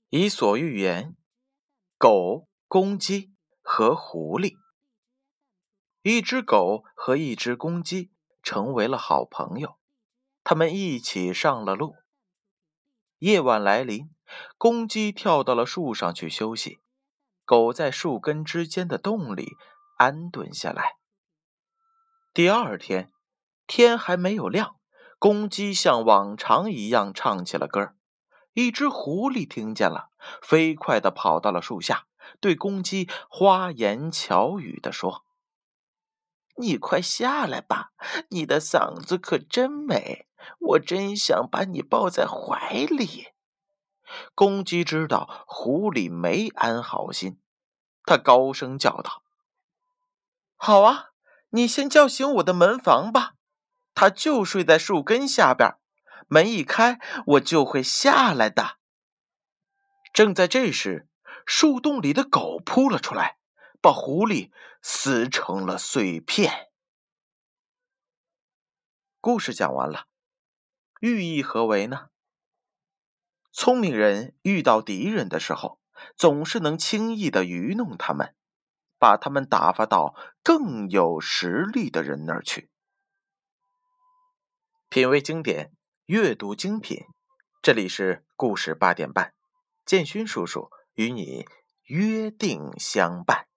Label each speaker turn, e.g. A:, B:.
A: 伊索寓言：狗、公鸡和狐狸。一只狗和一只公鸡成为了好朋友，他们一起上了路。夜晚来临，公鸡跳到了树上去休息，狗在树根之间的洞里安顿下来。第二天，天还没有亮，公鸡像往常一样唱起了歌。一只狐狸听见了，飞快地跑到了树下，对公鸡花言巧语地说：“你快下来吧，你的嗓子可真美，我真想把你抱在怀里。”公鸡知道狐狸没安好心，他高声叫道：“好啊，你先叫醒我的门房吧，他就睡在树根下边，门一开，我就会下来的。”正在这时，树洞里的狗扑了出来，把狐狸撕成了碎片。故事讲完了，寓意何为呢？聪明人遇到敌人的时候，总是能轻易地愚弄他们，把他们打发到更有实力的人那儿去。品味经典，阅读精品，这里是故事8点半，建勋叔叔与你约定相伴。